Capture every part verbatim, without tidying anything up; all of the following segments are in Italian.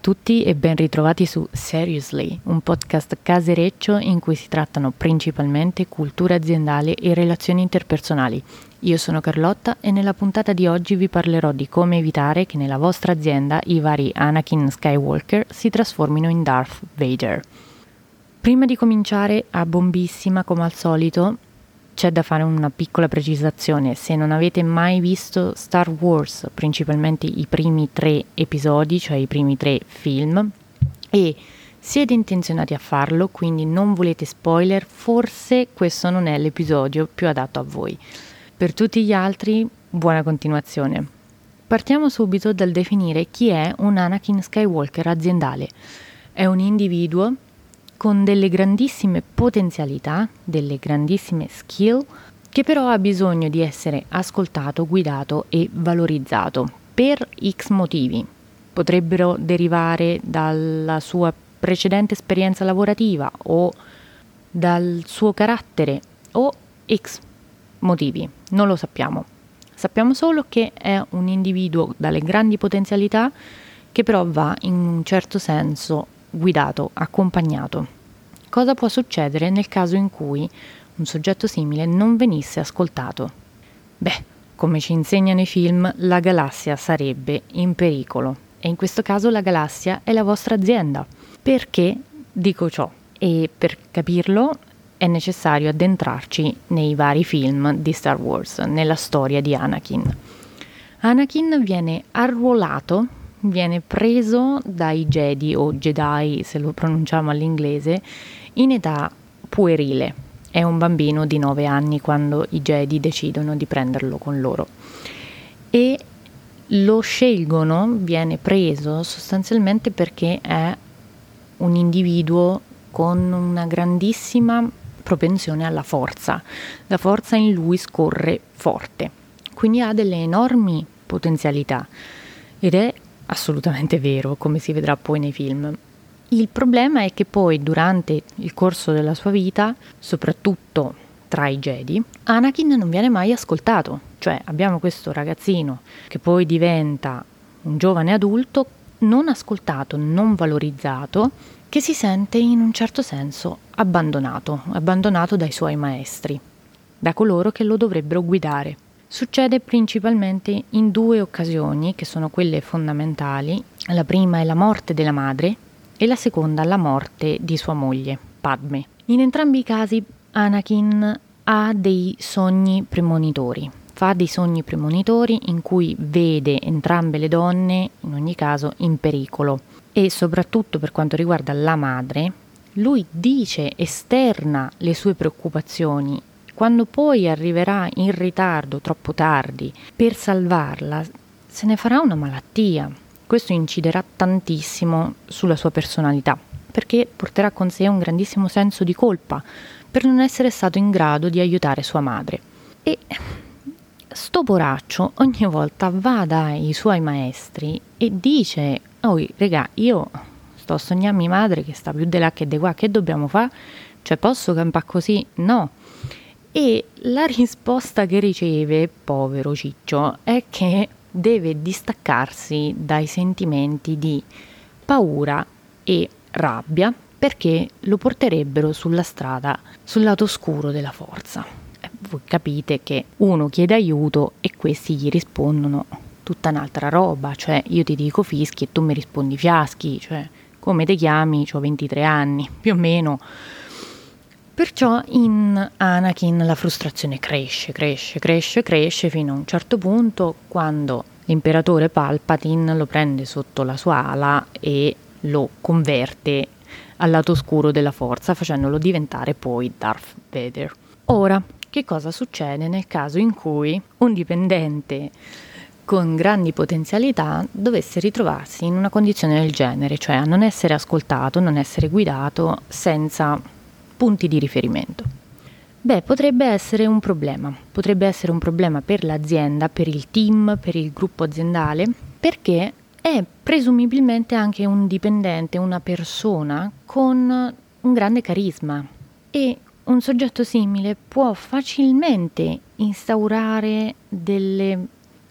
tutti e ben ritrovati su Seriously, un podcast casereccio in cui si trattano principalmente cultura aziendale e relazioni interpersonali. Io sono Carlotta e nella puntata di oggi vi parlerò di come evitare che nella vostra azienda i vari Anakin Skywalker si trasformino in Darth Vader. Prima di cominciare, a bombissima come al solito, c'è da fare una piccola precisazione. Se non avete mai visto Star Wars, principalmente i primi tre episodi, cioè i primi tre film, e siete intenzionati a farlo, quindi non volete spoiler, forse questo non è l'episodio più adatto a voi. Per tutti gli altri, buona continuazione. Partiamo subito dal definire chi è un Anakin Skywalker aziendale. È un individuo con delle grandissime potenzialità, delle grandissime skill, che però ha bisogno di essere ascoltato, guidato e valorizzato per X motivi. Potrebbero derivare dalla sua precedente esperienza lavorativa o dal suo carattere o X motivi, non lo sappiamo. Sappiamo solo che è un individuo dalle grandi potenzialità che però va in un certo senso guidato, accompagnato. Cosa può succedere nel caso in cui un soggetto simile non venisse ascoltato? Beh, come ci insegnano i film, la galassia sarebbe in pericolo e in questo caso la galassia è la vostra azienda. Perché dico ciò? E per capirlo è necessario addentrarci nei vari film di Star Wars, nella storia di Anakin. Anakin viene arruolato, viene preso dai Jedi o Jedi se lo pronunciamo all'inglese, in età puerile. È un bambino di nove anni quando i Jedi decidono di prenderlo con loro e lo scelgono, viene preso sostanzialmente perché è un individuo con una grandissima propensione alla forza. La forza in lui scorre forte, quindi ha delle enormi potenzialità ed è assolutamente vero, come si vedrà poi nei film. Il problema è che poi durante il corso della sua vita, soprattutto tra i Jedi, Anakin non viene mai ascoltato. Cioè abbiamo questo ragazzino che poi diventa un giovane adulto non ascoltato, non valorizzato, che si sente in un certo senso abbandonato, abbandonato dai suoi maestri, da coloro che lo dovrebbero guidare. Succede principalmente in due occasioni che sono quelle fondamentali. La prima è la morte della madre e la seconda la morte di sua moglie, Padme. In entrambi i casi Anakin ha dei sogni premonitori, fa dei sogni premonitori in cui vede entrambe le donne, in ogni caso, in pericolo. E soprattutto per quanto riguarda la madre, lui dice, esterna le sue preoccupazioni. Quando poi arriverà in ritardo, troppo tardi, per salvarla, se ne farà una malattia. Questo inciderà tantissimo sulla sua personalità, perché porterà con sé un grandissimo senso di colpa per non essere stato in grado di aiutare sua madre. E sto poraccio ogni volta va dai suoi maestri e dice: oh, regà, io sto a sognare mia madre che sta più di là che di qua, che dobbiamo fare? Cioè, posso campare così? No. E la risposta che riceve, povero ciccio, è che deve distaccarsi dai sentimenti di paura e rabbia perché lo porterebbero sulla strada, sul lato oscuro della forza. E voi capite che uno chiede aiuto e questi gli rispondono tutta un'altra roba, cioè io ti dico fischi e tu mi rispondi fiaschi, cioè come ti chiami? C'ho ventitré anni, più o meno. Perciò in Anakin la frustrazione cresce, cresce, cresce, cresce fino a un certo punto quando l'imperatore Palpatine lo prende sotto la sua ala e lo converte al lato oscuro della forza, facendolo diventare poi Darth Vader. Ora, che cosa succede nel caso in cui un dipendente con grandi potenzialità dovesse ritrovarsi in una condizione del genere, cioè a non essere ascoltato, non essere guidato, senza punti di riferimento? Beh, potrebbe essere un problema, potrebbe essere un problema per l'azienda, per il team, per il gruppo aziendale, perché è presumibilmente anche un dipendente, una persona con un grande carisma e un soggetto simile può facilmente instaurare delle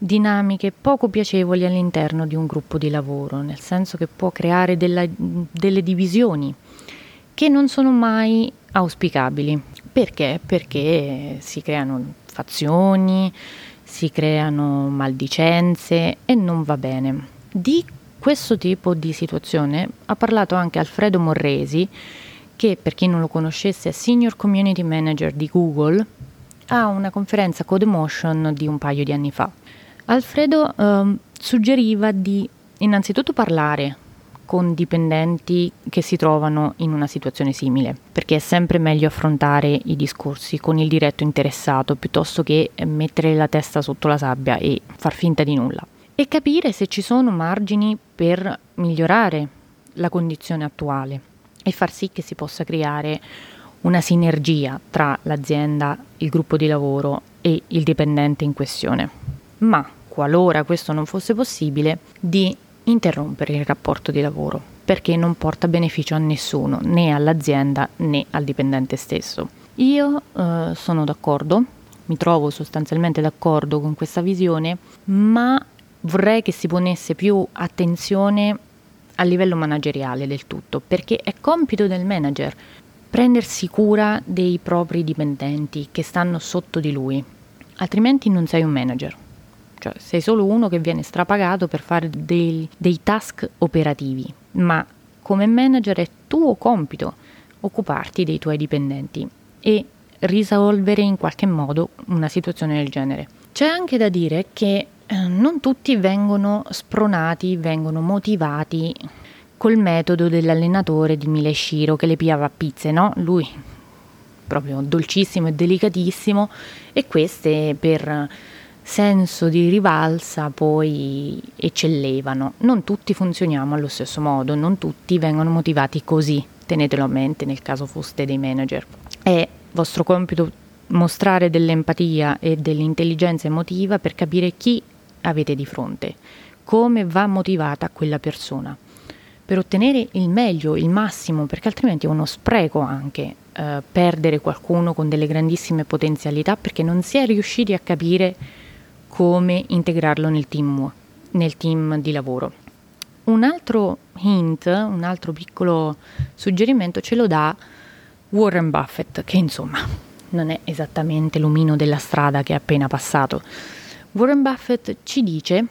dinamiche poco piacevoli all'interno di un gruppo di lavoro, nel senso che può creare della, delle divisioni che non sono mai auspicabili. Perché? Perché si creano fazioni, si creano maldicenze e non va bene. Di questo tipo di situazione ha parlato anche Alfredo Morresi, che per chi non lo conoscesse è Senior Community Manager di Google, a una conferenza Codemotion di un paio di anni fa. Alfredo eh, suggeriva di innanzitutto parlare con dipendenti che si trovano in una situazione simile, perché è sempre meglio affrontare i discorsi con il diretto interessato piuttosto che mettere la testa sotto la sabbia e far finta di nulla, e capire se ci sono margini per migliorare la condizione attuale e far sì che si possa creare una sinergia tra l'azienda, il gruppo di lavoro e il dipendente in questione. Ma qualora questo non fosse possibile, di interrompere il rapporto di lavoro, perché non porta beneficio a nessuno, né all'azienda né al dipendente stesso. Io eh, sono d'accordo, mi trovo sostanzialmente d'accordo con questa visione, ma vorrei che si ponesse più attenzione a livello manageriale del tutto, perché è compito del manager prendersi cura dei propri dipendenti che stanno sotto di lui, altrimenti non sei un manager. Cioè, sei solo uno che viene strapagato per fare dei, dei task operativi, ma come manager è tuo compito occuparti dei tuoi dipendenti e risolvere in qualche modo una situazione del genere. C'è anche da dire che eh, non tutti vengono spronati, vengono motivati col metodo dell'allenatore di Mile Shiro che le piava a pizze, no? Lui proprio dolcissimo e delicatissimo, e queste per senso di rivalsa poi eccellevano. Non tutti funzioniamo allo stesso modo, non tutti vengono motivati così, tenetelo a mente nel caso foste dei manager. È vostro compito mostrare dell'empatia e dell'intelligenza emotiva per capire chi avete di fronte, come va motivata quella persona, per ottenere il meglio, il massimo, perché altrimenti è uno spreco anche eh, perdere qualcuno con delle grandissime potenzialità perché non si è riusciti a capire come integrarlo nel team, nel team di lavoro. Un altro hint, un altro piccolo suggerimento ce lo dà Warren Buffett, che insomma non è esattamente l'omino della strada che è appena passato. Warren Buffett ci dice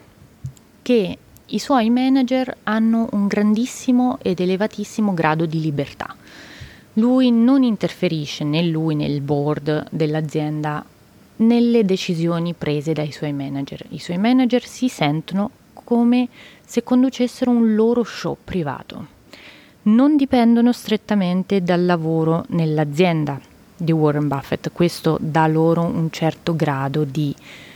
che i suoi manager hanno un grandissimo ed elevatissimo grado di libertà. Lui non interferisce, né lui né il board dell'azienda, nelle decisioni prese dai suoi manager. I suoi manager si sentono come se conducessero un loro show privato. Non dipendono strettamente dal lavoro nell'azienda di Warren Buffett. Questo dà loro un certo grado di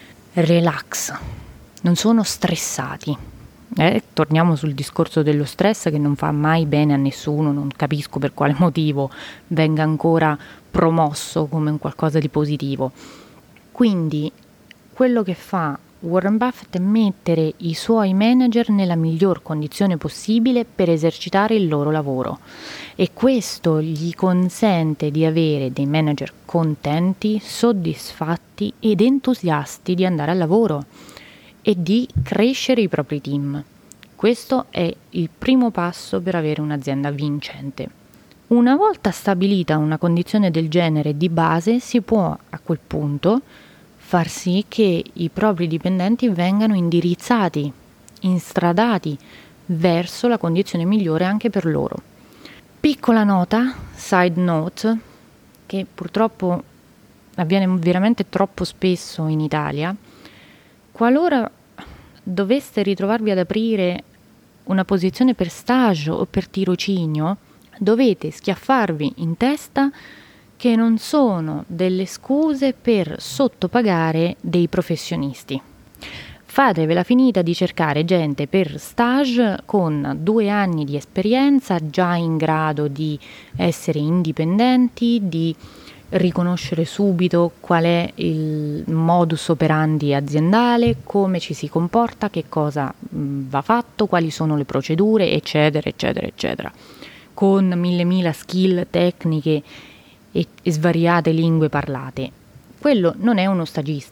relax. Non sono stressati. Eh, torniamo sul discorso dello stress che non fa mai bene a nessuno, non capisco per quale motivo venga ancora promosso come un qualcosa di positivo. Quindi quello che fa Warren Buffett è mettere i suoi manager nella miglior condizione possibile per esercitare il loro lavoro, e questo gli consente di avere dei manager contenti, soddisfatti ed entusiasti di andare al lavoro e di crescere i propri team. Questo è il primo passo per avere un'azienda vincente. Una volta stabilita una condizione del genere di base, si può a quel punto far sì che i propri dipendenti vengano indirizzati, instradati verso la condizione migliore anche per loro. Piccola nota, side note, che purtroppo avviene veramente troppo spesso in Italia: qualora doveste ritrovarvi ad aprire una posizione per stage o per tirocinio, dovete schiaffarvi in testa che non sono delle scuse per sottopagare dei professionisti. Fatevela finita di cercare gente per stage con due anni di esperienza, già in grado di essere indipendenti, di riconoscere subito qual è il modus operandi aziendale, come ci si comporta, che cosa mh, va fatto, quali sono le procedure, eccetera, eccetera, eccetera, con mille mila skill tecniche e, e svariate lingue parlate. Quello non è uno stagista,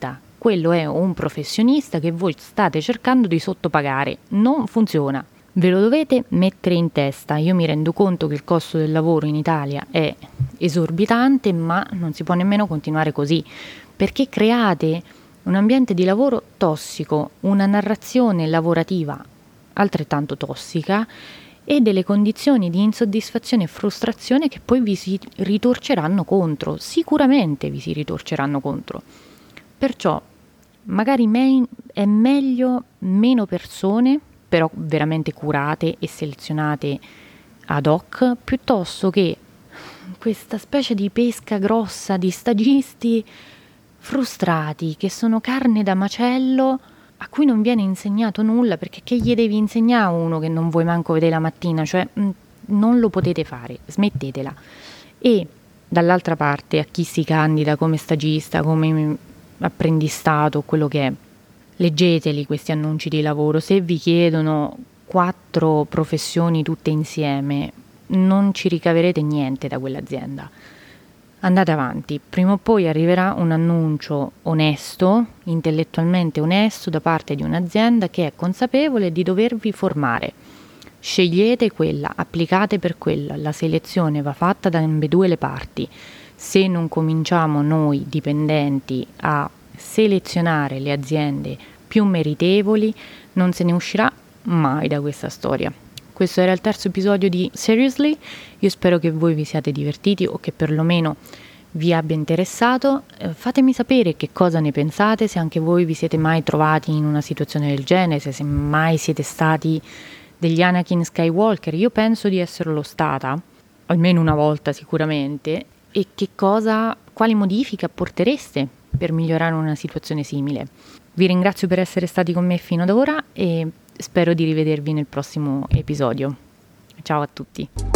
quello è un professionista che voi state cercando di sottopagare. Non funziona. Ve lo dovete mettere in testa. Io mi rendo conto che il costo del lavoro in Italia è esorbitante, ma non si può nemmeno continuare così, perché create un ambiente di lavoro tossico, una narrazione lavorativa altrettanto tossica e delle condizioni di insoddisfazione e frustrazione che poi vi si ritorceranno contro, sicuramente vi si ritorceranno contro. Perciò magari me- è meglio meno persone, però veramente curate e selezionate ad hoc, piuttosto che questa specie di pesca grossa di stagisti frustrati che sono carne da macello, a cui non viene insegnato nulla, perché che gli devi insegnare a uno che non vuoi manco vedere la mattina? Cioè mh, non lo potete fare, smettetela. E dall'altra parte a chi si candida come stagista, come apprendistato, quello che è, leggeteli questi annunci di lavoro. Se vi chiedono quattro professioni tutte insieme, non ci ricaverete niente da quell'azienda. Andate avanti, prima o poi arriverà un annuncio onesto, intellettualmente onesto, da parte di un'azienda che è consapevole di dovervi formare. Scegliete quella, applicate per quella, la selezione va fatta da ambedue le parti. Se non cominciamo noi dipendenti a selezionare le aziende più meritevoli, non se ne uscirà mai da questa storia. Questo era il terzo episodio di Seriously. Io spero che voi vi siate divertiti o che perlomeno vi abbia interessato. Eh, fatemi sapere che cosa ne pensate, se anche voi vi siete mai trovati in una situazione del genere, se mai siete stati degli Anakin Skywalker. Io penso di esserlo stata, almeno una volta sicuramente, e che cosa, quali modifiche apportereste per migliorare una situazione simile. Vi ringrazio per essere stati con me fino ad ora e spero di rivedervi nel prossimo episodio. Ciao a tutti.